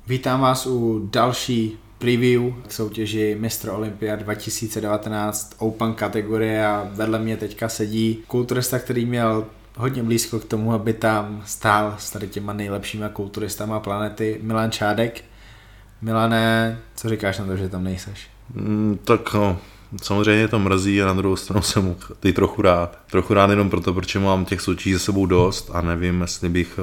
Vítám vás u další preview k soutěži Mistr Olympia 2019 Open kategorie a vedle mě teďka sedí kulturista, který měl hodně blízko k tomu, aby tam stál s tady těma nejlepšíma kulturistama planety, Milan Čádek. Milane, co říkáš na to, že tam nejseš? Samozřejmě to mrzí a na druhou stranu jsem teď trochu rád. Trochu rád jenom proto, protože mám těch soutěží za sebou dost a nevím, jestli bych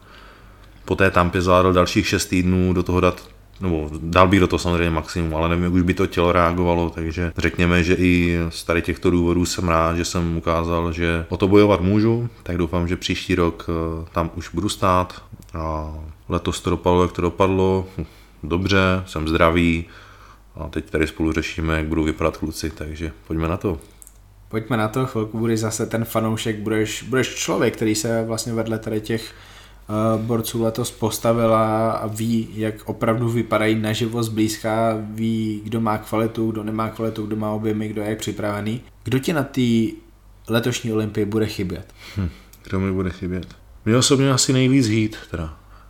po té Tampě zvládl dalších 6 týdnů do toho dát, nebo dal bych do toho samozřejmě maximum, ale nevím, jak už by to tělo reagovalo, takže řekněme, že i z tady těchto důvodů jsem rád, že jsem ukázal, že o to bojovat můžu, tak doufám, že příští rok tam už budu stát a letos to dopadlo, jak to dopadlo, dobře, jsem zdravý a teď tady spolu řešíme, jak budou vypadat kluci, takže pojďme na to. Pojďme na to, chvilku budeš zase ten fanoušek, budeš člověk, který se vlastně vedle tady těch borců letos postavil a ví, jak opravdu vypadají naživo zblízka, ví, kdo má kvalitu, kdo nemá kvalitu, kdo má objemy, kdo je připravený. Kdo ti na té letošní olympii bude chybět? Kdo mi bude chybět? Mě osobně asi nejvíc Heat, teda.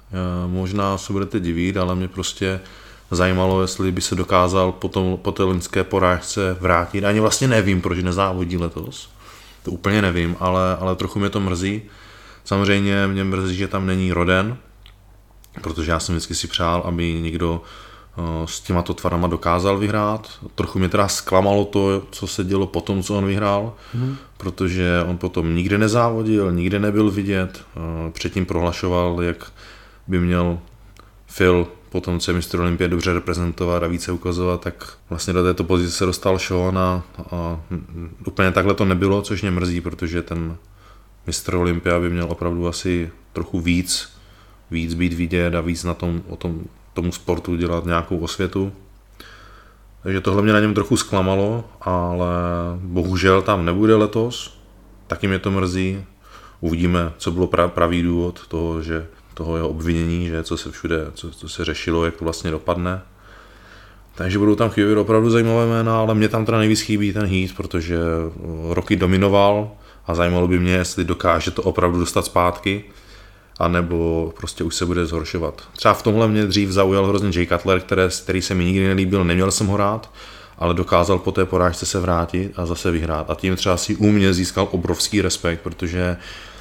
Možná se budete divit, ale mě prostě zajímalo, jestli by se dokázal po té loňské porážce vrátit. Ani vlastně nevím, proč nezávodí letos. To úplně nevím, ale trochu mě to mrzí. Samozřejmě mě mrzí, že tam není Roden, protože já jsem vždycky si přál, aby někdo s těmato tvarama dokázal vyhrát. Trochu mě teda zklamalo to, co se dělo potom, co on vyhrál, protože on potom nikde nezávodil, nikde nebyl vidět. Předtím prohlašoval, jak by měl Phil potom, co je mistr Olympie, dobře reprezentovat a více ukazovat, tak vlastně do této pozice se dostal Sean a úplně takhle to nebylo, což mě mrzí, protože ten mistr Olympia by měl opravdu asi trochu víc být vidět a víc na tomu sportu dělat nějakou osvětu. Takže tohle mě na něm trochu zklamalo, ale bohužel tam nebude letos, taky mě to mrzí. Uvidíme, co bylo pravý důvod toho jeho obvinění, že co se řešilo, jak to vlastně dopadne. Takže budou tam chybět opravdu zajímavé jména, ale mě tam teda nejvíc chybí ten Heat, protože roky dominoval a zajímalo by mě, jestli dokáže to opravdu dostat zpátky, anebo prostě už se bude zhoršovat. Třeba v tomhle mě dřív zaujal hrozně Jay Cutler, který se mi nikdy nelíbil, neměl jsem ho rád, ale dokázal po té porážce se vrátit a zase vyhrát. A tím třeba si u mě získal obrovský respekt, protože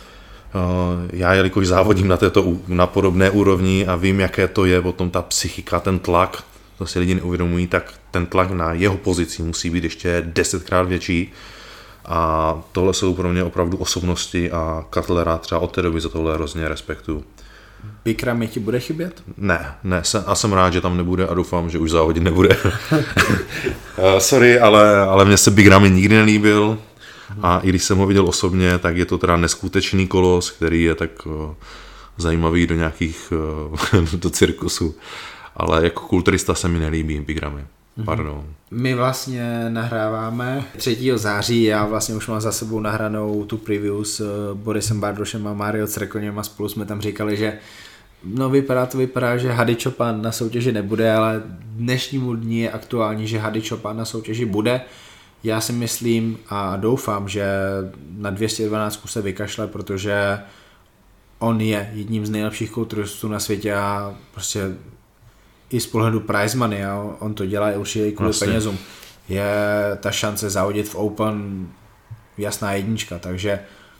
já, jelikož závodím na podobné úrovni a vím, jaké to je potom ta psychika, ten tlak, to si lidi neuvědomují, tak ten tlak na jeho pozici musí být ještě 10krát větší. A tohle jsou pro mě opravdu osobnosti a Cutlera třeba od té doby za tohle hrozně respektuju. Bikram ti bude chybět? Ne, a jsem rád, že tam nebude a doufám, že už závodit nebude. Sorry, ale mně se Bikram nikdy nelíbil a i když jsem ho viděl osobně, tak je to teda neskutečný kolos, který je tak zajímavý do nějakých do cirkusu, ale jako kulturista se mi nelíbí Bikramy. Pardon. My vlastně nahráváme 3. září, já vlastně už mám za sebou nahranou tu preview s Borisem Bardošem a Mario Crekoněm a spolu jsme tam říkali, že no vypadá, že Hady Choopan na soutěži nebude, ale dnešnímu dní je aktuální, že Hady Choopan na soutěži bude. Já si myslím a doufám, že na 212 se vykašle, protože on je jedním z nejlepších kulturistů na světě a prostě i z pohledu prize money, a on to dělá určitě i kvůli penězům. Je ta šance závodit v Open jasná jednička, takže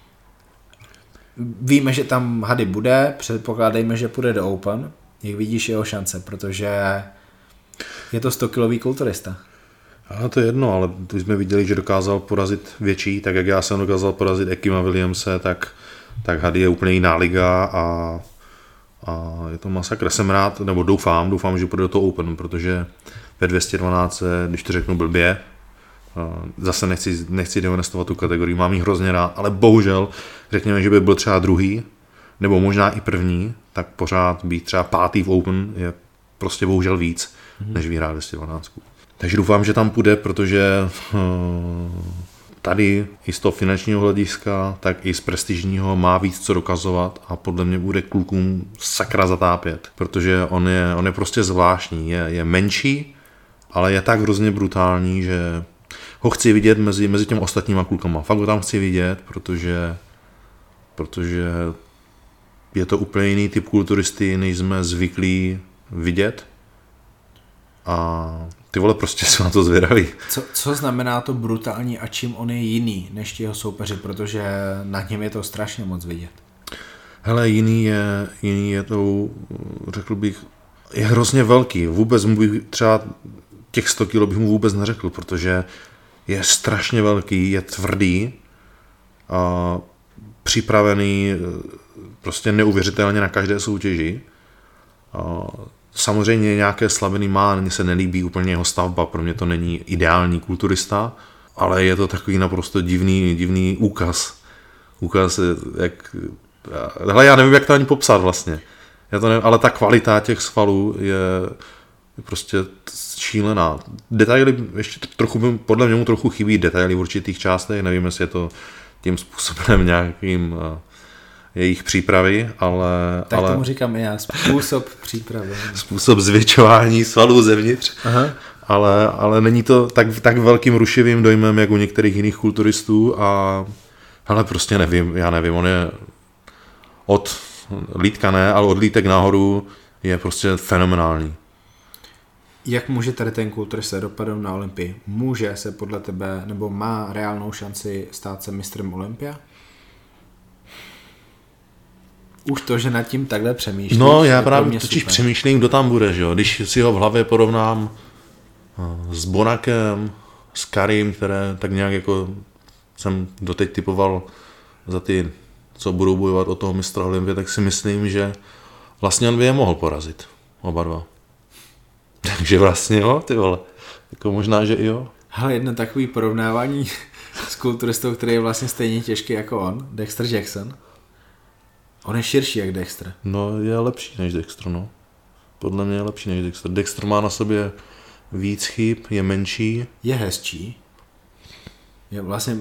víme, že tam Hady bude, předpokládejme, že půjde do Open, jak vidíš jeho šance, protože je to 100kilový kulturista. Ale to je jedno, ale když jsme viděli, že dokázal porazit větší, tak jak já jsem dokázal porazit Ekima Williamse, tak Hady je úplně jiná liga a je to masakr. Jsem rád, nebo doufám, že půjde do toho Open, protože ve 212, když to řeknu blbě, zase nechci dehonestovat tu kategorii, mám ji hrozně rád, ale bohužel, řekněme, že by byl třeba druhý, nebo možná i první, tak pořád být třeba 5. v Open je prostě bohužel víc, než vyhrát 212. Takže doufám, že tam půjde, protože tady i z toho finančního hlediska, tak i z prestižního má víc co dokazovat a podle mě bude klukům sakra zatápět, protože on je prostě zvláštní, je menší, ale je tak hrozně brutální, že ho chci vidět mezi těmi ostatníma klukama. Fakt ho tam chci vidět, protože je to úplně jiný typ kulturisty, než jsme zvyklí vidět a ty vole, prostě jsou na to zvědaví. Co znamená to brutální a čím on je jiný než ti jeho soupeři, protože na něm je to strašně moc vidět. Hele, jiný je to, řekl bych, je hrozně velký. Vůbec mu bych třeba těch 100 kg bych mu vůbec neřekl, protože je strašně velký, je tvrdý a připravený prostě neuvěřitelně na každé soutěži. A samozřejmě nějaké slabiny má, mně se nelíbí úplně jeho stavba, pro mě to není ideální kulturista, ale je to takový naprosto divný úkaz. Úkaz, jak... Hele, já nevím, jak to ani popsat vlastně. Já to nevím, ale ta kvalita těch svalů je prostě šílená. Detaily, ještě trochu, podle mě mu trochu chybí detaily v určitých částech, nevím, jestli je to tím způsobem nějakým jejich přípravy, ale... Tak tomu říkám i já, způsob přípravy. Způsob zvětšování svalů zevnitř. Aha. Ale není to tak velkým rušivým dojmem, jak u některých jiných kulturistů a hele, prostě nevím, já nevím, on je od lítka ne, ale od lítek nahoru je prostě fenomenální. Jak může tady ten kulturista dopadnout na Olympii? Může se podle tebe, nebo má reálnou šanci stát se mistrem Olympia? Už to, že nad tím takhle přemýšlíš. No, já právě totiž přemýšlím, kdo tam bude, že jo? Když si ho v hlavě porovnám s Bonakem, s Karim, které tak nějak jako jsem doteď typoval za ty, co budou bojovat o toho mistra Olympie, tak si myslím, že vlastně on by je mohl porazit. Oba dva. Takže vlastně jo, ty vole. Jako možná, že i jo. Hele, jedno takový porovnávání s kulturistou, který je vlastně stejně těžký jako on, Dexter Jackson. On je širší jak Dexter. No, je lepší než Dexter, no. Podle mě je lepší než Dexter. Dexter má na sobě víc chyb, je menší. Je hezčí. Je vlastně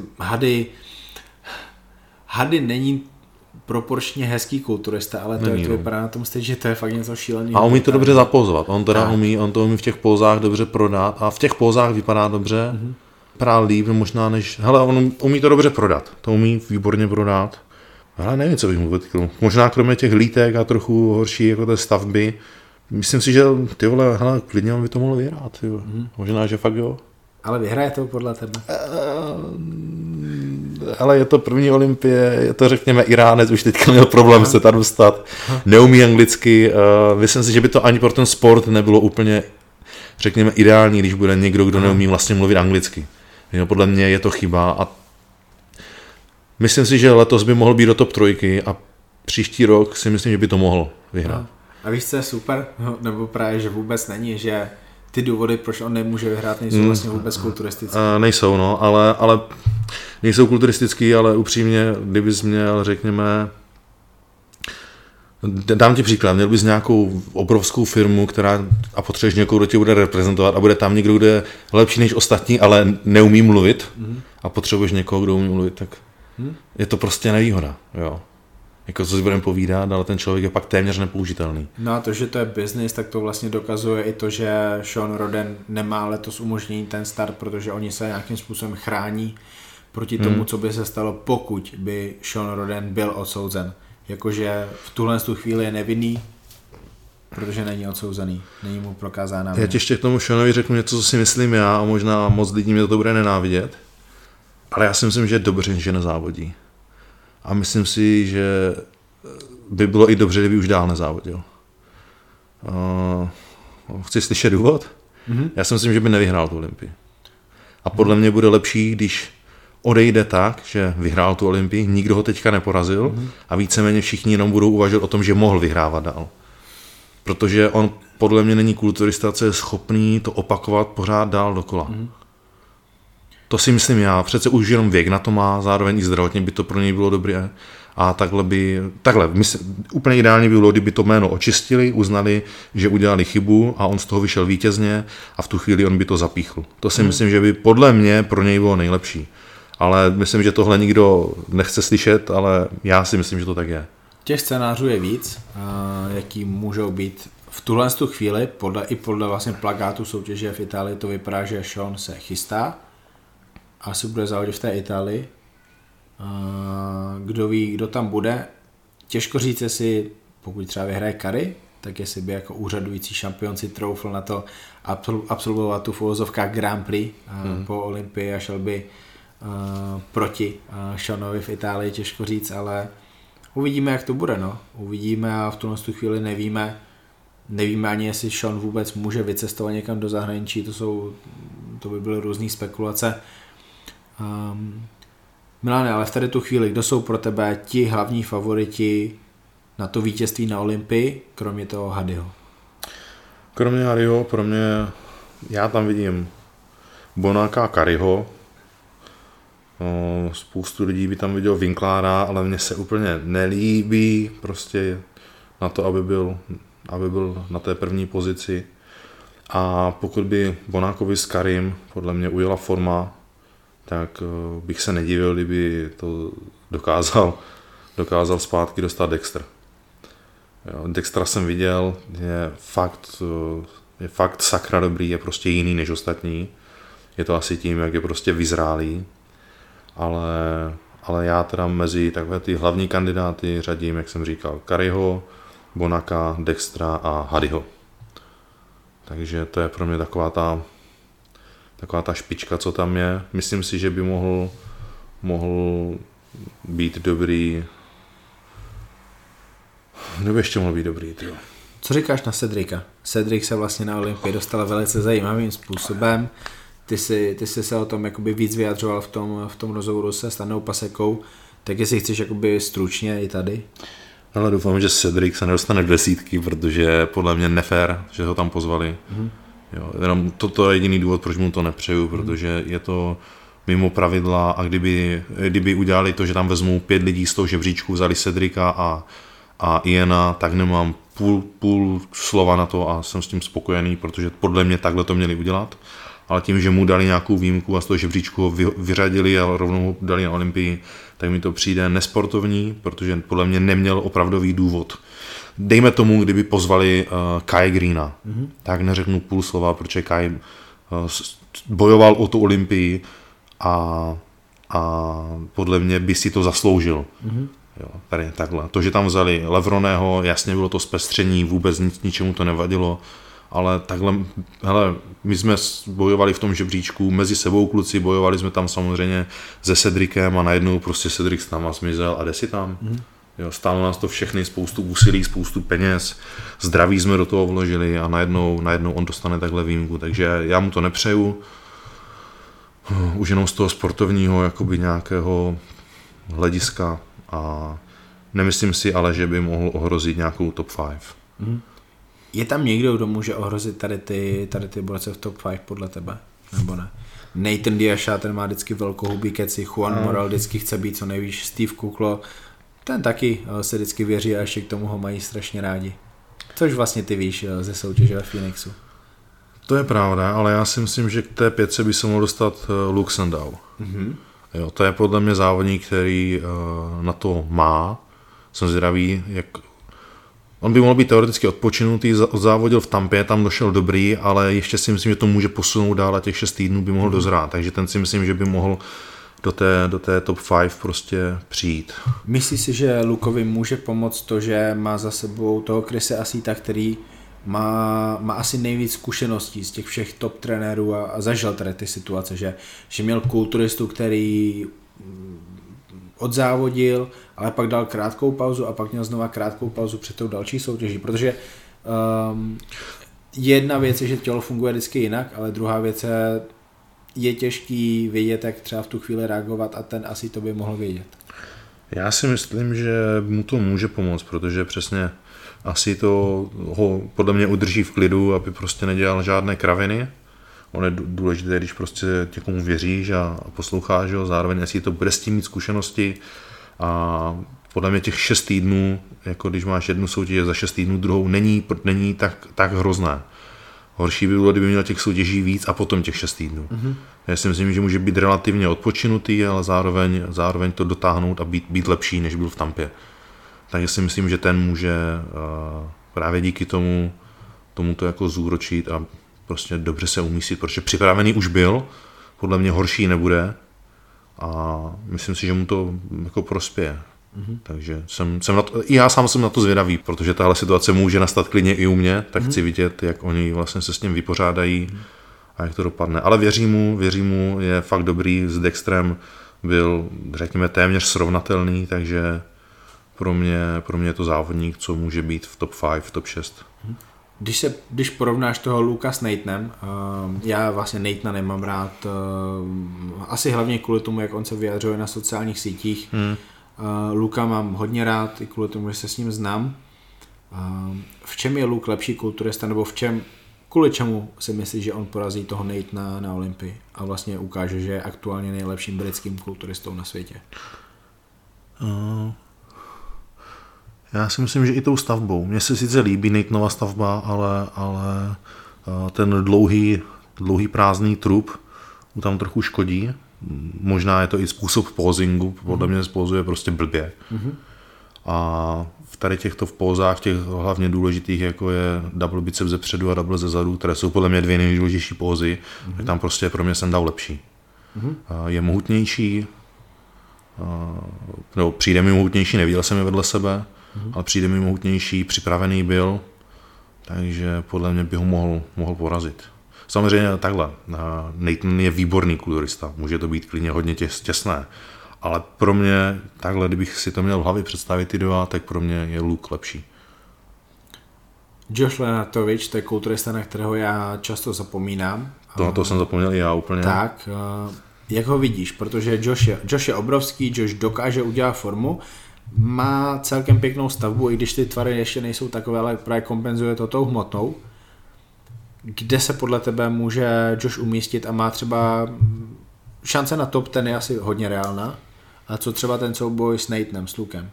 Hady není proporčně hezký kulturista, ale to, jak to vypadá na tom stage, že to je fakt něco šíleného. A umí to dobře zapozovat. On teda on to umí v těch pózách dobře prodat a v těch pózách vypadá dobře. Mm-hmm. Vypadá líp možná než... Hele, on umí to dobře prodat. To umí výborně prodat. Ale nevím, co bych mu vytkl. Možná kromě těch lítek a trochu horší jako té stavby. Myslím si, že ty vole, hele, klidně on by to mohl vyhrát. Mm-hmm. Možná, že fakt jo. Ale vyhraje to podle tebe? Ale je to první olympie, je to řekněme Iránec, už teďka měl problém se tam dostat, neumí anglicky, myslím si, že by to ani pro ten sport nebylo úplně, řekněme, ideální, když bude někdo, kdo neumí vlastně mluvit anglicky. Jo, podle mě je to chyba a myslím si, že letos by mohl být do top 3 a příští rok si myslím, že by to mohl vyhrát. A víš, co je super? Nebo právě, že vůbec není, že ty důvody, proč on nemůže vyhrát, nejsou vlastně vůbec kulturistické. Nejsou, no, ale nejsou kulturistický, ale upřímně, kdybys měl, řekněme, dám ti příklad, měl bys nějakou obrovskou firmu, a potřebuješ někoho, kdo tě bude reprezentovat a bude tam někdo, kdo je lepší než ostatní, ale neumí mluvit a potřebuješ někoho, kdo umí mluvit, tak je to prostě nevýhoda, jo. Jako co si budeme povídat, ale ten člověk je pak téměř nepoužitelný. No a to, že to je business, tak to vlastně dokazuje i to, že Sean Roden nemá letos umožnění ten start, protože oni se nějakým způsobem chrání proti tomu, co by se stalo, pokud by Sean Roden byl odsouzen. Jakože v tuhle chvíli je nevinný, protože není odsouzený, není mu prokázána vina. Já ti ještě k tomu Seanovi řeknu něco, co si myslím já a možná moc lidí mě to bude nenávidět, ale já si myslím, že je dobře, že nezávodí. A myslím si, že by bylo i dobře, kdyby už dál nezávodil. Chci slyšet důvod? Mm-hmm. Já si myslím, že by nevyhrál tu Olympii. A podle mě bude lepší, když odejde tak, že vyhrál tu Olympii, nikdo ho teďka neporazil a víceméně všichni jenom budou uvažovat o tom, že mohl vyhrávat dál. Protože on podle mě není kulturista, co je schopný to opakovat pořád dál dokola. Mm-hmm. To si myslím já, přece už jenom věk na to má, zároveň i zdravotně by to pro něj bylo dobré. A takhle, úplně ideálně by bylo, kdyby to jméno očistili, uznali, že udělali chybu a on z toho vyšel vítězně a v tu chvíli on by to zapíchl. To si myslím, že by podle mě pro něj bylo nejlepší. Ale myslím, že tohle nikdo nechce slyšet, ale já si myslím, že to tak je. Těch scénářů je víc, jaký můžou být. V tuhle chvíli, podle vlastně plakátu soutěže v Itálii, to vypadá, že Sean se chystá. Asi bude závodit v té Itálii. Kdo ví, kdo tam bude. Těžko říct, jestli pokud třeba vyhraje Kari, tak jestli by jako úřadující šampion si troufl na to absolvovat tu v uvozovkách Grand Prix po Olympii a šel by proti Seanovi v Itálii, těžko říct, ale uvidíme, jak to bude, no. Uvidíme a v tuhle chvíli nevíme ani, jestli Sean vůbec může vycestovat někam do zahraničí, to by byly různý spekulace. Milane, ale v tady tu chvíli, kdo jsou pro tebe ti hlavní favoriti na to vítězství na Olympii, kromě toho Hadyho? Kromě Hadyho, pro mě, já tam vidím Bonáka a Curryho. Spoustu lidí by tam viděl Winklára, ale mně se úplně nelíbí prostě na to, aby byl na té první pozici. A pokud by Bonákovi s Currym podle mě ujela forma, tak bych se nedivil, kdyby to dokázal zpátky dostat Dexter. Jo, Dextra jsem viděl, je fakt sakra dobrý, je prostě jiný než ostatní. Je to asi tím, jak je prostě vyzrálý. Ale já teda mezi takové ty hlavní kandidáty řadím, jak jsem říkal, Curryho, Bonaka, Dextra a Hadyho. Takže to je pro mě taková ta špička, co tam je. Myslím si, že by mohl být dobrý. Kdo by ještě mohl být dobrý, tyjo? Co říkáš na Cedrika? Cedric se vlastně na Olympii dostal velice zajímavým způsobem. Ty jsi se o tom jakoby víc vyjadřoval v tom rozhovoru se Stanou Pasekou, tak jestli chceš jakoby stručně i tady? Ale doufám, že Cedric se nedostane do desítky, protože podle mě nefér, že ho tam pozvali. Jo, jenom toto je jediný důvod, proč mu to nepřeju, protože je to mimo pravidla a kdyby udělali to, že tam vezmou 5 lidí z toho žebříčku, vzali Cedrika a Iana, tak nemám půl slova na to a jsem s tím spokojený, protože podle mě takhle to měli udělat. Ale tím, že mu dali nějakou výjimku a z toho žebříčku ho vyřadili a rovnou ho dali na Olympii, tak mi to přijde nesportovní, protože podle mě neměl opravdový důvod. Dejme tomu, kdyby pozvali Kai Greena, tak neřeknu půl slova, protože Kai bojoval o tu Olympii a podle mě by si to zasloužil. Jo, tady takhle. To, že tam vzali Levroného, jasně bylo to zpestření, vůbec ničemu to nevadilo, ale takhle, hele, my jsme bojovali v tom žebříčku, mezi sebou kluci, bojovali jsme tam samozřejmě se Cedricem a najednou prostě Cedric tam zmizel a jde si tam. Jo, stálo nás to všechny, spoustu úsilí, spoustu peněz, zdraví jsme do toho vložili a najednou on dostane takhle výjimku, takže já mu to nepřeju. Už jenom z toho sportovního jakoby nějakého hlediska a nemyslím si ale, že by mohl ohrozit nějakou top 5. Je tam někdo, kdo může ohrozit tady ty borce v top 5 podle tebe? Nebo ne? Nathan Diasha, ten má vždycky velkou hubí keci, Juan Moral vždycky chce být co nejvíc, Steve Kuklo, ten taky se vždycky věří a ještě k tomu ho mají strašně rádi. Což vlastně ty víš ze soutěže ve Phoenixu. To je pravda, ale já si myslím, že k té 5 by se mohl dostat Luke Sandow. Jo, to je podle mě závodník, který na to má. Jsem zvědavý, jak on by mohl být teoreticky odpočinutý, závodil v Tampě, tam došel dobrý, ale ještě si myslím, že to může posunout dál a těch 6 týdnů by mohl dozrát, takže ten si myslím, že by mohl do té top 5 prostě přijít. Myslíš si, že Lukovi může pomoct to, že má za sebou toho Chrisse Asita, který má asi nejvíc zkušeností z těch všech top trenérů a zažil tady ty situace, že měl kulturistu, který odzávodil, ale pak dal krátkou pauzu a pak měl znova krátkou pauzu před tou další soutěží, protože jedna věc je, že tělo funguje vždycky jinak, ale druhá věc je těžký vědět, jak třeba v tu chvíli reagovat a ten asi to by mohl vědět. Já si myslím, že mu to může pomoct, protože přesně asi to ho podle mě udrží v klidu, aby prostě nedělal žádné kraviny. On je důležité, když prostě někomu věříš a posloucháš ho, zároveň jestli to bude s tím mít zkušenosti a podle mě těch 6 týdnů, jako když máš jednu soutěž za 6 týdnů, druhou, není tak hrozné. Horší by bylo, kdyby měl těch soutěží víc a potom těch 6 týdnů. Já si myslím, že může být relativně odpočinutý, ale zároveň to dotáhnout a být lepší, než byl v Tampě. Takže si myslím, že ten může právě díky tomu to jako zúročit a prostě dobře se umístit, protože připravený už byl, podle mě horší nebude a myslím si, že mu to jako prospěje. Takže já sám jsem na to zvědavý, protože tahle situace může nastat klidně i u mě, tak chci vidět, jak oni vlastně se s tím vypořádají a jak to dopadne. Ale věřím mu, je fakt dobrý, s Dextrem byl, řekněme, téměř srovnatelný, takže pro mě je to závodník, co může být v top 5, v top 6. Když porovnáš toho Luka s Nathanem, já vlastně Nathana nemám rád, asi hlavně kvůli tomu, jak on se vyjadřuje na sociálních sítích. Luka mám hodně rád, i kvůli tomu, že se s ním znám. V čem je Luke lepší kulturista, nebo kvůli čemu si myslíš, že on porazí toho Nathana na Olympii a vlastně ukáže, že je aktuálně nejlepším britským kulturistou na světě? Já si myslím, že i tou stavbou. Mně se sice líbí Nathanova stavba, ale ten dlouhý prázdný trup mu tam trochu škodí. Možná je to i způsob pózingu, podle mě spózuje prostě blbě. A v tady těchto pózách, těch hlavně důležitých, jako je double biceps ze předu a double ze zadu, které jsou podle mě dvě nejdůležitější pózy, tak tam prostě pro mě jsem dal lepší. Je mohutnější, nebo přijde mi mohutnější, neviděl jsem je vedle sebe, ale přijde mi mohutnější, připravený byl, takže podle mě by ho mohl porazit. Samozřejmě takhle, Nathan je výborný kulturista, může to být klidně hodně těsné, ale pro mě takhle, kdybych si to měl v hlavě představit ty dva, tak pro mě je Luke lepší. Josh Lenartovič, to je kulturista, na kterého já často zapomínám. To jsem zapomněl i já úplně. Tak, jak ho vidíš, protože Josh je obrovský, Josh dokáže udělat formu, má celkem pěknou stavbu, i když ty tvary ještě nejsou takové, ale právě kompenzuje to tou hmotnou. Kde se podle tebe může Josh umístit a má třeba šance na top 10 je asi hodně reálná. A co třeba ten souboj s Nathanem, s Lukem?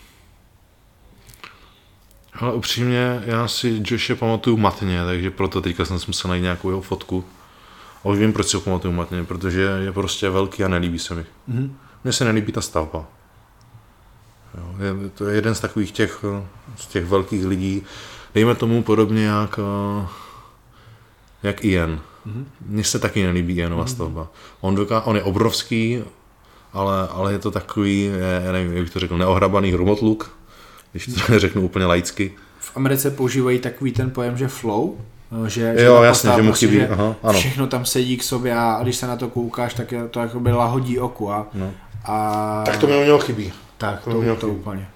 Ale upřímně, já si Joshe pamatuju matně, takže proto teďka jsem musel najít nějakou jeho fotku. A už vím, proč si ho pamatuju matně, protože je prostě velký a nelíbí se mi. Mně se nelíbí ta stavba. Jo, to je jeden z takových z těch velkých lidí, dejme tomu podobně jak Ian. Mně se taky nelíbí Ianova stavba. On je obrovský, ale je to takový, já nevím, jak bych to řekl, neohrabaný hromotluk, když to řeknu úplně laicky. V Americe používají takový ten pojem, že flow, že jasně, že mu chybí. Ano. Všechno tam sedí k sobě a když se na to koukáš, tak to jakoby lahodí oku. Tak to mi chybí. Tak, to úplně.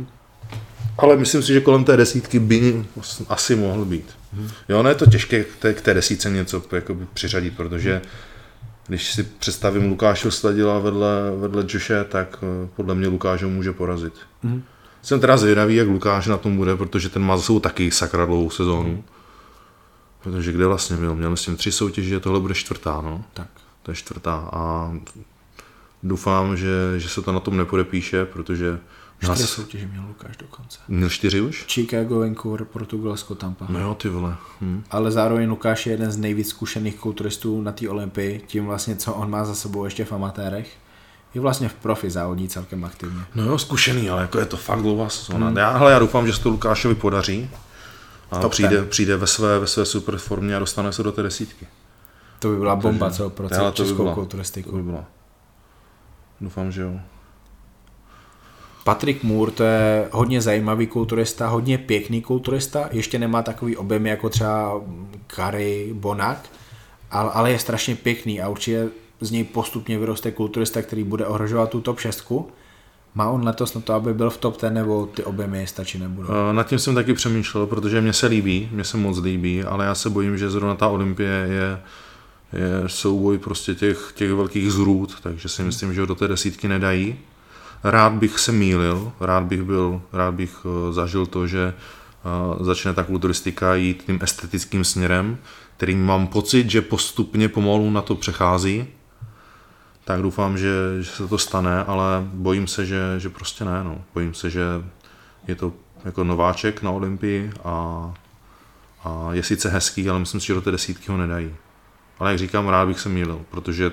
Ale myslím si, že kolem té desítky by asi mohl být. Jo, no je to těžké k té desítce něco přiřadit, protože když si představím Lukáše Sladila vedle Joshe, tak podle mě Lukáš ho může porazit. Jsem teda zvědavý, jak Lukáš na tom bude, protože ten má za sebou taky sakra dlouhou sezónu. Protože kde vlastně byl? Měl myslím 3 soutěže, tohle bude 4. no? Tak. To je 4. a doufám, že se to na tom nepodepíše, protože 4 soutěže měl Lukáš dokonce. Měl 4 už? Chicago, Vancouver, Portugalsko, Tampa. No jo, ty vole. Ale zároveň Lukáš je jeden z nejvíc zkušených kulturistů na té Olympii, tím vlastně, co on má za sebou ještě v amatérech. Je vlastně v profi závodí celkem aktivně. No jo, zkušený, ale jako je to fakt dlouhá sezóna. Já doufám, že se to Lukášovi podaří a přijde ve své super formě a dostane se do té desítky. To by byla bomba, co pro českou kulturistiku. To by byla. Doufám, že jo. Patrick Moore, to je hodně zajímavý kulturista, hodně pěkný kulturista, ještě nemá takový objem jako třeba Kari Bonak, ale je strašně pěkný a určitě z něj postupně vyroste kulturista, který bude ohrožovat tu top 6. Má on letos na to, aby byl v top 10, nebo ty objemy stačí nebudou? Nad tím jsem taky přemýšlel, protože mně se moc líbí, ale já se bojím, že zrovna ta Olympie je souboj prostě těch velkých zrůd, takže si myslím, že ho do té desítky nedají. Rád bych se mýlil, rád bych zažil to, že začne ta kulturistika jít tím estetickým směrem, kterým mám pocit, že postupně pomalu na to přechází. Tak doufám, že se to stane, ale bojím se, že prostě ne. No. Bojím se, že je to jako nováček na Olympii a je sice hezký, ale myslím si, že do té desítky ho nedají. Ale jak říkám, rád bych se mýlil, protože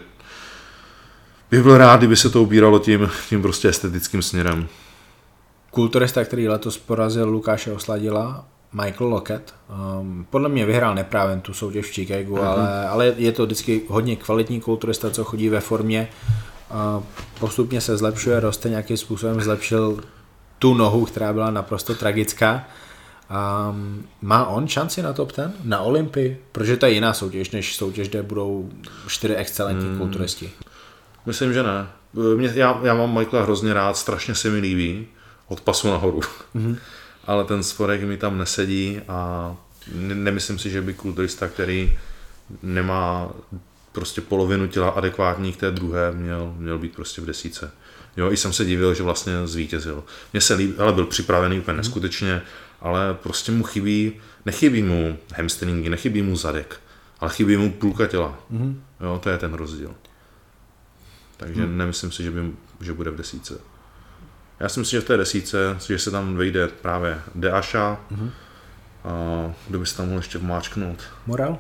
bych byl rád, kdyby se to ubíralo tím prostě estetickým směrem. Kulturista, který letos porazil Lukáše Osladila, Michael Lockett, podle mě vyhrál neprávem tu soutěž v Chicagu, ale je to vždycky hodně kvalitní kulturista, co chodí ve formě. postupně se zlepšuje, roste nějakým způsobem, zlepšil tu nohu, která byla naprosto tragická. Má on šanci na top 10? Na Olympii? Protože to je jiná soutěž, než soutěž, kde budou 4 excelentní kulturisti. Myslím, že ne. Já mám Michaela hrozně rád, strašně se mi líbí, od pasu nahoru. Ale ten sporek mi tam nesedí a nemyslím si, že by kulturista, který nemá prostě polovinu těla adekvátní k té druhé, měl být prostě v desíce. Jo, i jsem se divil, že vlastně zvítězil. Mně se líbí, ale byl připravený úplně neskutečně, ale prostě mu nechybí mu hamstringy, nechybí mu zadek, ale chybí mu půlka těla. Jo, to je ten rozdíl. Takže nemyslím si, že bude v desíce. Já si myslím, že v té desíce, že se tam vejde právě Deasha, a kdo by se tam mohl ještě vmáčknout? Morel?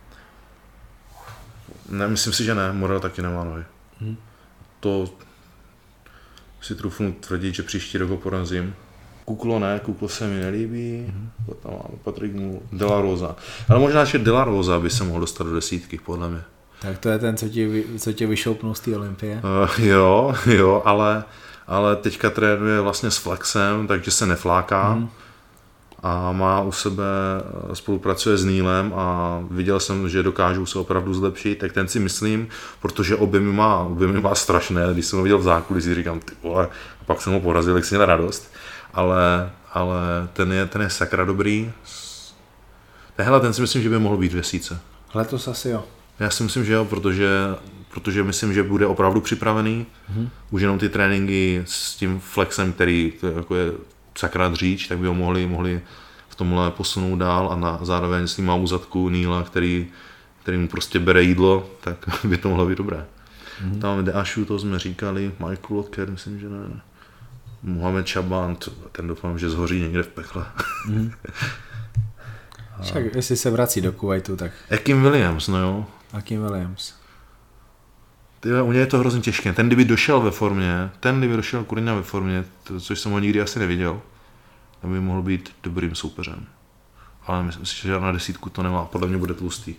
Ne, myslím si, že ne, Morel taky nemá nohy. To si trufnu tvrdit, že příští rok ho porazím. Kuklo ne, Kuklo se mi nelíbí, tam máme Patrik De La Rosa. Ale možná, že De La Rosa by se mohl dostat do desítky, podle mě. Tak to je ten, co tě vyšoupnul z té Olympie? Jo, ale teďka trénuje vlastně s Flexem, takže se nefláká. A má u sebe, spolupracuje s Neilem a viděl jsem, že dokážou se opravdu zlepšit, tak ten si myslím, protože objemy má strašné, když jsem ho viděl v zákulisí, říkám, ty vole, a pak jsem ho porazil, jak jsem měl radost, ale ten je sakra dobrý. Ten si myslím, že by mohl být v desíce. Letos asi jo. Já si myslím, že jo, protože myslím, že bude opravdu připravený. Už jenom ty tréninky s tím Flexem, který jako je sakra dříč, tak by ho mohli v tomhle posunout dál a zároveň s tím má u zadku Neila, který mu prostě bere jídlo, tak by to mohlo být dobré. Tam Deashu, to jsme říkali, Michael Locker, myslím, že ne. Mohamed Shaban, ten doufám, že zhoří někde v pekle. Však jestli se vrací do Kuwaitu, tak... Akim Williams, no jo. Akim Williams. U něj je to hrozně těžké. Ten, kdyby došel kurňa ve formě, což jsem ho nikdy asi neviděl, tak by mohl být dobrým soupeřem. Ale myslím si, že na desítku to nemá. Podle mě bude tlustý.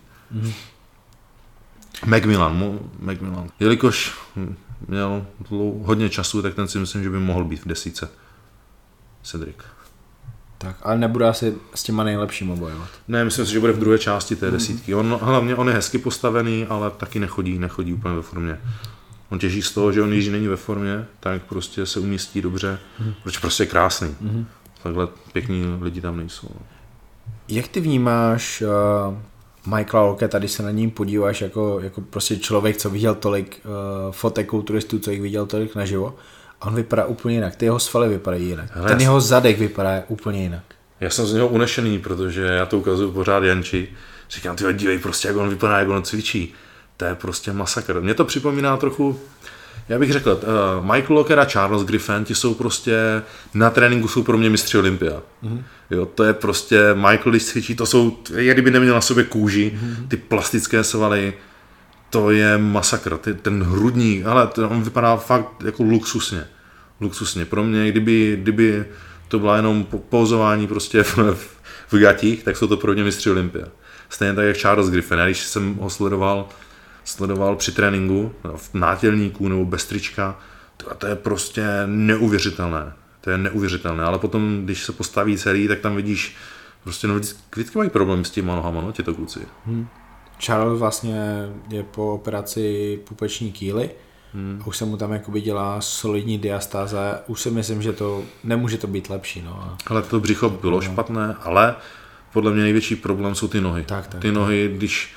Macmillan. Jelikož měl hodně času, tak ten si myslím, že by mohl být v desítce. Cedric. Tak, ale nebude asi s těma nejlepšíma bojovat. Ne, myslím si, že bude v druhé části té desítky. On je hezky postavený, ale taky nechodí úplně ve formě. On těží z toho, že on, když není ve formě, tak prostě se umístí dobře, protože prostě je krásný. Takhle pěkní lidi tam nejsou. Jak ty vnímáš Michaela Locketa, když se na ním podíváš jako prostě člověk, co viděl tolik fotek kulturistů, co jich viděl tolik naživo, a on vypadá úplně jinak, ty jeho svaly vypadají jinak, ten jeho zadek vypadá úplně jinak. Já jsem z něho unešený, protože já to ukazuju pořád Janči, říkám, ty dívej prostě, jak on vypadá, jak on cvičí, to je prostě masakr. Mě to připomíná trochu, já bych řekl, Michael Locker a Charles Griffin, ti jsou prostě, na tréninku jsou pro mě mistři Olympia. Jo, to je prostě, Michael, když cvičí, to jsou, jak kdyby neměl na sobě kůži, ty plastické svaly, to je masakr, ten hrudník, ale on vypadá fakt jako luxusně. Pro mě, kdyby to bylo jenom pozování prostě v gatích, tak jsou to pro mě mistři Olympia. Stejně tak jak Charles Griffin, když jsem ho sledoval při tréninku, v nátělníku nebo bez trička, to je prostě neuvěřitelné. To je neuvěřitelné, ale potom, když se postaví celý, tak tam vidíš, prostě vždycky mají problém s těma nohama, těto kluci. Charles vlastně je po operaci pupeční kýly a už se mu tam jakoby dělá solidní diastáza. Už si myslím, že to nemůže to být lepší. No. Ale to břicho bylo špatné, ale podle mě největší problém jsou ty nohy. Ty nohy, když...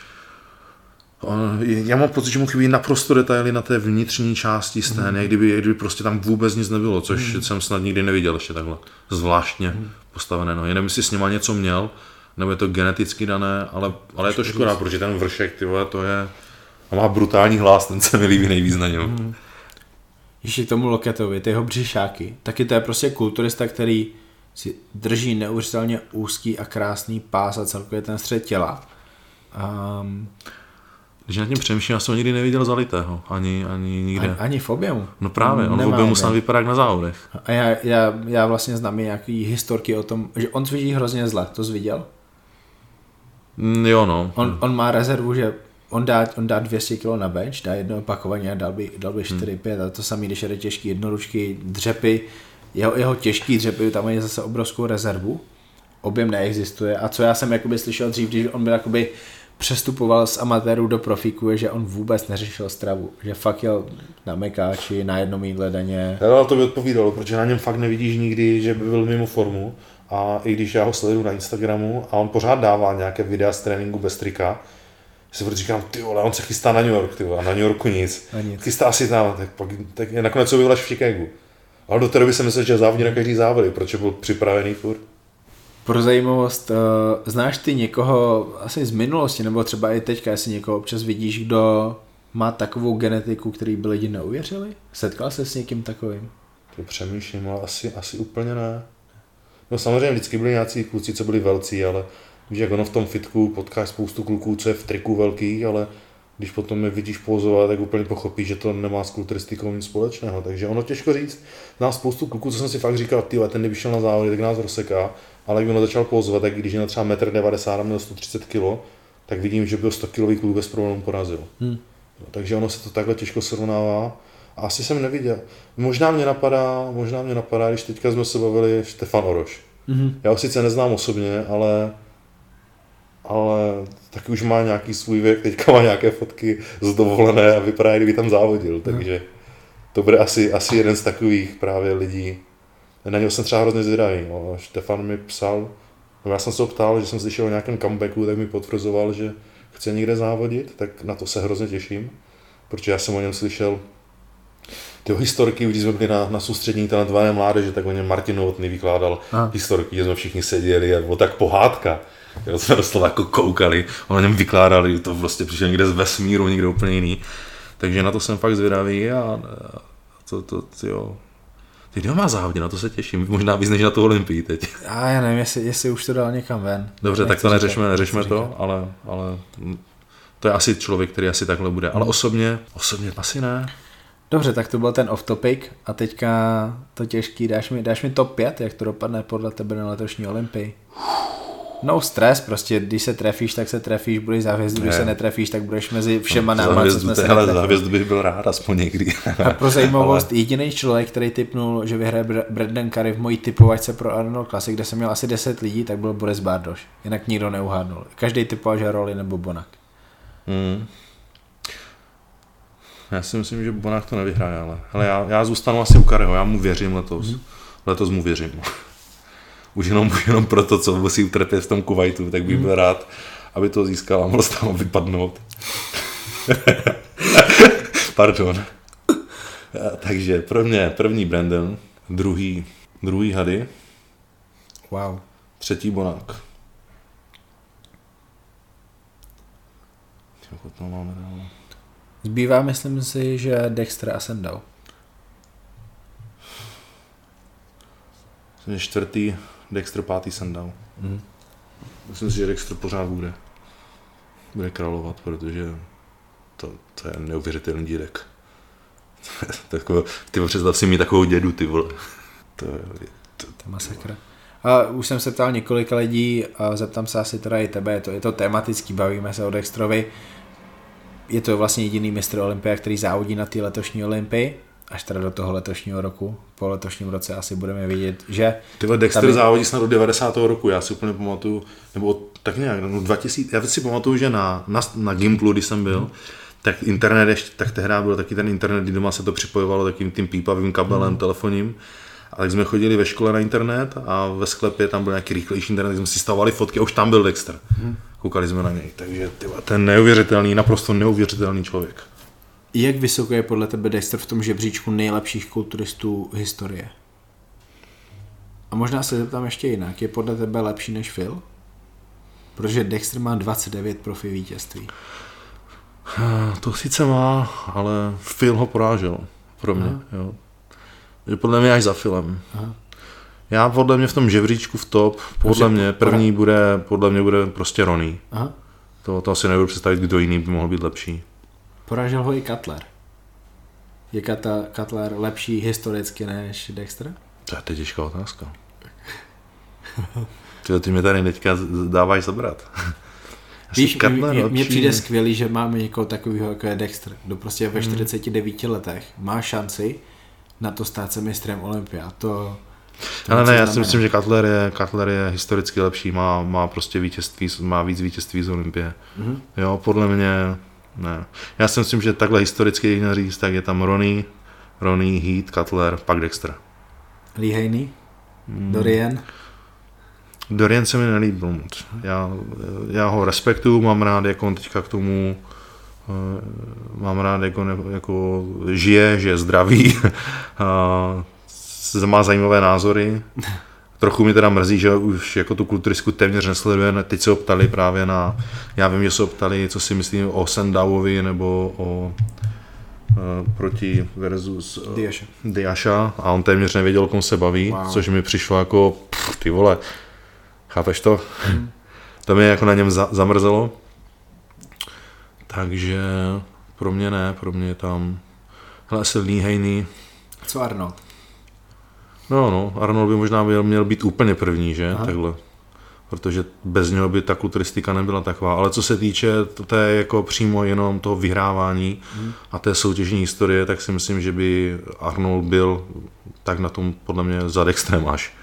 Já mám pocit, že mu chybí naprosto detaily na té vnitřní části stén, jak kdyby prostě tam vůbec nic nebylo, což jsem snad nikdy neviděl ještě takhle zvláštně postavené nohy. Nevím, jestli s nima něco měl, nebo je to geneticky dané, ale je to škoda, protože ten vršek, ty vole, to je... A má brutální hlas, ten se mi líbí nejvíc na něm. Ještě k tomu Locketovi, ty jeho břišáky, taky to je prostě kulturista, který si drží neuvěřitelně úzký a krásný pás a celkově ten střed těla. Když nad tím přemýšlím, já jsem ho nikdy neviděl zalitého, ani nikde. Ani v objemu. No právě, on v objemu snad vypadá jak na závodech. A já vlastně znám nějaký historky o tom, že on cvičí hrozně zle, to jsi viděl? Jo no. On má rezervu, že on dá 200 kg na bench, dá jedno opakování a dal by 4-5 a to samý, když jde těžký jednoručky, dřepy, jeho těžký dřepy, tam je zase obrovskou rezervu, objem neexistuje a co já jsem jakoby slyšel dřív, když on byl jakoby přestupoval z amatérů do profíků, je, že on vůbec neřešil stravu, že fakt jel na mekáči, na jednom jídle denně. Ale to by odpovídalo, protože na něm fakt nevidíš nikdy, že by byl mimo formu a i když já ho sleduju na Instagramu a on pořád dává nějaké videa z tréninku bez trika, si furt říkám, ty vole, on se chystá na New York, ty vole, a na New Yorku nic. Chystá si tam, tak nakonec ho vyvleš v Chicagu. Ale do té doby jsem myslel, že závodí na každý závod, protože byl připravený furt. Pro zajímavost, znáš ty někoho asi z minulosti, nebo třeba i teďka, jestli někoho občas vidíš, kdo má takovou genetiku, který by lidi neuvěřili? Setkal se s někým takovým? To přemýšlím, ale asi úplně ne. No samozřejmě vždycky byli nějací kluci, co byli velcí, ale víš, jak ono v tom fitku potkáš spoustu kluků, co je v triku velkých, ale když potom je vidíš pozovat, tak úplně pochopíš, že to nemá s kulturistikou nic společného. Takže ono těžko říct. Znám spoustu kluků, co jsem si fakt říkal, tyhle, ten kdyby šel na závody, tak nás rozseká, ale když on začal pozovat, tak když je na třeba 1,90 m a měl 130 kg, tak vidím, že byl 100 kg kluk bez problémů porazil. Takže ono se to takhle těžko srovnává. A asi jsem neviděl. Možná mě napadá, když teďka jsme se bavili, Štefan Oroš. Já ho sice neznám osobně, ale taky už má nějaký svůj věk, teďka má nějaké fotky z dovolené a vypadá, kdyby tam závodil, takže to bude asi jeden z takových právě lidí. Na něho jsem třeba hrozně zvědavý. No. Štefan mi psal, já jsem se ho ptal, že jsem slyšel o nějakém comebacku, tak mi potvrzoval, že chce někde závodit, tak na to se hrozně těším, protože já jsem o něm slyšel ty historky, když jsme byli na soustředění talentované mládeže, tak o něm Martin Novotný vykládal historky, že jsme všichni seděli a bylo tak pohádka. Jo, jsme doslova jako koukali, o něm vykládali, to prostě přišel někde z vesmíru, někde úplně jiný. Takže na to jsem fakt zvědavý a jo. Ty kdo má závodě, na to se těším, možná víc než na tu Olympii teď. Já nevím, jestli už to dal někam ven. Dobře, tak to neřešme to, ale to je asi člověk, který asi takhle bude, ale osobně asi ne. Dobře, tak to byl ten off topic a teďka to těžký, dáš mi top 5, jak to dopadne podle tebe na letošní Olympii? No stres, prostě když se trefíš, tak se trefíš, budeš za hvězdu, když se netrefíš, tak budeš mezi všema náma, co jsme se netrefili. Za hvězdu bych byl rád aspoň někdy. A pro zajímavost, jediný člověk, který tipnul, že vyhraje Brandon Curry v mojí typovačce pro Arnold Classic, kde jsem měl asi 10 lidí, tak byl Boris Bardoš. Jinak nikdo neuhádnul. Každý typoval, že Rolly nebo Bonak. Já si myslím, že Bonak to nevyhraje, ale já zůstanu asi u Curryho, já mu věřím letos. Letos mu věřím. Už jenom proto, co musí utrpět v tom Kuwaitu, tak bych byl rád, aby to získal a mohl z toho vypadnout. Pardon. Takže pro mě první Brandon, druhý Hady, wow. Třetí Bonak. Zbývá, myslím si, že Dexter a Sandow. Čtvrtý Dexter, pátý Sandow. Myslím si, že Dexter pořád bude královat, protože to je neuvěřitelný dírek. Ty představ si mít takovou dědu, ty vole. To je masakra. A už jsem se ptal několika lidí a zeptám se asi teda i tebe, je to tematický, bavíme se o Dexterovi. Je to vlastně jediný mistr Olympia, který závodí na té letošní Olympii. Až teda do toho letošního roku, po letošním roce asi budeme vidět, že... Tyhle Dexter závodí snad do 90. roku, já si úplně pamatuju, nebo tak nějak, no 2000, já si pamatuju, že na Gimplu, když jsem byl, tak internet, tak tehdy byl taky ten internet, kdy doma se to připojovalo takým tím pípavým kabelem telefonním, a tak jsme chodili ve škole na internet a ve sklepě tam byl nějaký rychlejší internet, tak jsme si stavovali fotky a už tam byl Dexter. Koukali jsme na něj, takže ten neuvěřitelný, naprosto neuvěřitelný člověk. Jak vysoko je podle tebe Dexter v tom žebříčku nejlepších kulturistů historie? A možná se zeptám ještě jinak, je podle tebe lepší než Phil? Protože Dexter má 29 profi vítězství. To sice má, ale Phil ho porážel pro mě. Jo. Je podle mě až za Philem. Já podle mě v tom žebříčku v top, podle mě první bude prostě Ronnie. To asi nebudu představit, kdo jiný by mohl být lepší. Porážel ho i Cutler. Je Cutler lepší historicky než Dexter? To je těžká otázka. Ty mě tady teďka dáváš zabrat. Víš, mně přijde skvělý, že máme někoho takového, jako je Dexter, kdo prostě ve 49 letech má šanci na to stát se mistrem Olympia. Ale ne, já si myslím, že Cutler je historicky lepší, má prostě vítězství, má víc vítězství z Olympie. Jo, podle mě ne. Já si myslím, že takhle historicky jediný říct, tak je tam Ronnie, Heat, Cutler, pak Dexter. Lee Haney? Dorian se mi nelíbil moc. Já ho respektuju, mám rád, jak on teďka k tomu mám rád, jako žije, že je zdravý, má zajímavé názory. Trochu mi teda mrzí, že už jako tu kulturistku téměř nesleduje. Teď se ho ptali právě já vím, že se ho ptali, co si myslím o Sandauovi nebo o proti versus Diasha a on téměř nevěděl, o kom se baví, což mi přišlo jako ty vole, chápeš to? To mě jako na něm zamrzelo. Takže pro mě ne, pro mě tam asi Lee Haney. Co Arnold? No, Arnold by možná měl být úplně první, že? Takhle. Protože bez něho by ta kulturistika nebyla taková. Ale co se týče té jako přímo jenom toho vyhrávání a té soutěžní historie, tak si myslím, že by Arnold byl tak na tom podle mě za Dexterem až.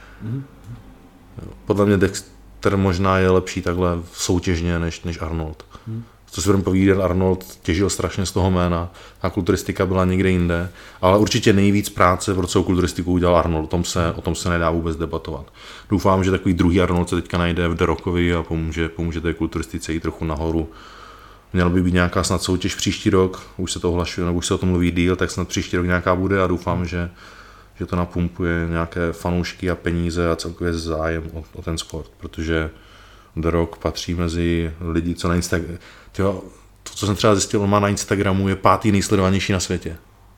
Podle mě Dexter možná je lepší takhle soutěžně než Arnold. Co si budeme povídat, Arnold těžil strašně z toho jména a kulturistika byla někde jinde, ale určitě nejvíc práce pro celou kulturistiku udělal Arnold, o tom se nedá vůbec debatovat. Doufám, že takový druhý Arnold se teďka najde v The Rockovi a pomůže té kulturistice jít trochu nahoru. Měla by být nějaká snad soutěž příští rok, už se to ohlašuje, nebo už se o tom mluví díl, tak snad příští rok nějaká bude a doufám, že to napumpuje nějaké fanoušky a peníze a celkově zájem o ten sport, protože The Rock patří mezi lidi, co na Instagramu. To, co jsem třeba zjistil, on má na Instagramu, je 5. nejsledovanější na světě.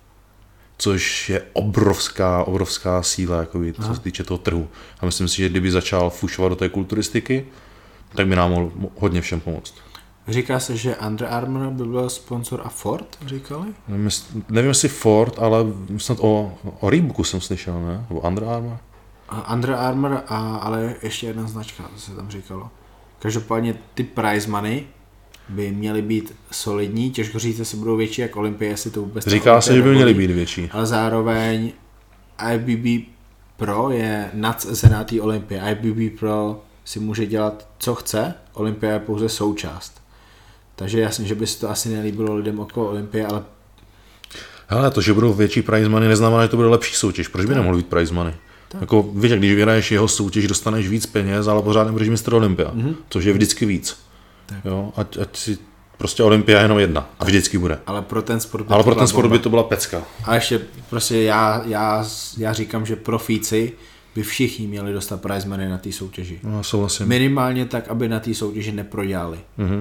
Což je obrovská síla, jakoby, co se týče toho trhu. A myslím si, že kdyby začal fušovat do té kulturistiky, tak by nám mohl hodně všem pomoct. Říká se, že Under Armour by byl sponsor a Ford, říkali? Nevím, jestli Ford, ale snad o Reeboku jsem slyšel, ne? Nebo Under Armour? Under Armour, ale ještě jedna značka, to se tam říkalo. Každopádně ty prize money by měly být solidní, těžko říct, jestli budou větší jak Olympia, jestli to vůbec... Říká se, že by měly být větší. Ale zároveň IFBB Pro je nad zenátý Olympia. IFBB Pro si může dělat, co chce, Olympia je pouze součást. Takže jasně, že by se to asi nelíbilo lidem okolo Olympie, ale... Hele, to, že budou větší prize money, neznamená, že to bude lepší soutěž. Proč by nemohl být prize money? Jako, víš, když vyhraješ jeho soutěž, dostaneš víc peněz, ale pořád nebudeš mistr Olympia, což je vždycky víc. Jo, ať si prostě Olympia je jenom jedna a vždycky bude. Ale pro ten sport by to byla pecka. A ještě prostě já říkám, že profíci by všichni měli dostat prize money na té soutěži. No, souhlasím. Minimálně tak, aby na té soutěži neprodělali.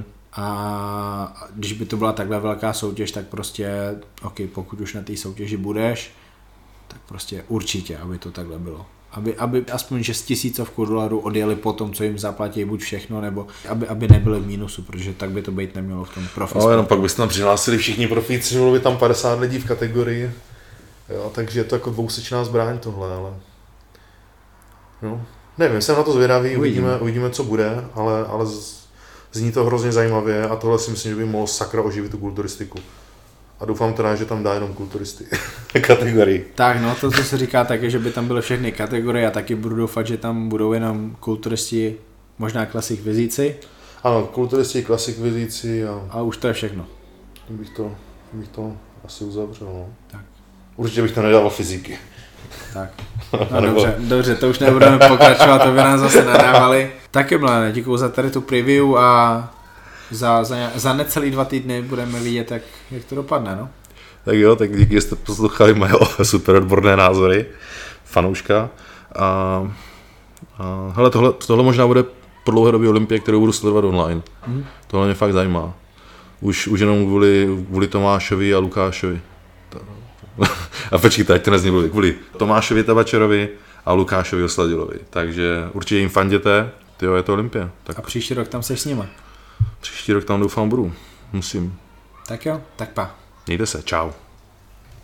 A když by to byla takhle velká soutěž, tak prostě, pokud už na té soutěži budeš, tak prostě určitě, aby to takhle bylo. Aby aspoň 6 000 dolarů odjeli po tom, co jim zaplatí buď všechno, nebo aby nebyli v mínusu, protože tak by to být nemělo v tom profi. Ale jenom pak byste tam přihlásili všichni profíci, bylo by tam 50 lidí v kategorii. Jo, takže je to jako dvousečná zbraň tohle, ale... No, nevím, jsem na to zvědavý, uvidíme, co bude, ale zní to hrozně zajímavě a tohle si myslím, že by mohlo sakra oživit tu kulturistiku. A doufám teda, že tam dá jenom kulturisty kategorii. Tak no, to, co se říká, tak je, že by tam byly všechny kategorie a taky budu doufat, že tam budou jenom kulturisti, možná klasik vizíci. Ano, kulturisti, klasik vizíci a už to je všechno. Bych to asi uzavřel, no. Tak. Určitě bych to nedával fyziky. Tak. No, dobře, to už nebudeme pokračovat, to by nás zase nadávali. Tak jo, Mlane, děkuju za tady tu preview a za necelý 2 týdny budeme vidět, jak to dopadne, no. Tak jo, tak díky, že jste poslouchali moje super odborné názory, fanouška. Hele, tohle možná bude po dlouhé době Olympie, kterou budu sledovat online. Tohle mě fakt zajímá. Už jenom kvůli Tomášovi a Lukášovi. A počkejte, ať to nezní kvůli Tomášovi Tabačerovi a Lukášovi Osladilovi. Takže určitě jim fanděte, tyjo, je to Olympie. Tak. A příští rok tam seš s nima? Příští rok tam doufám budu. Musím. Tak jo, tak pa. Mějte se, čau.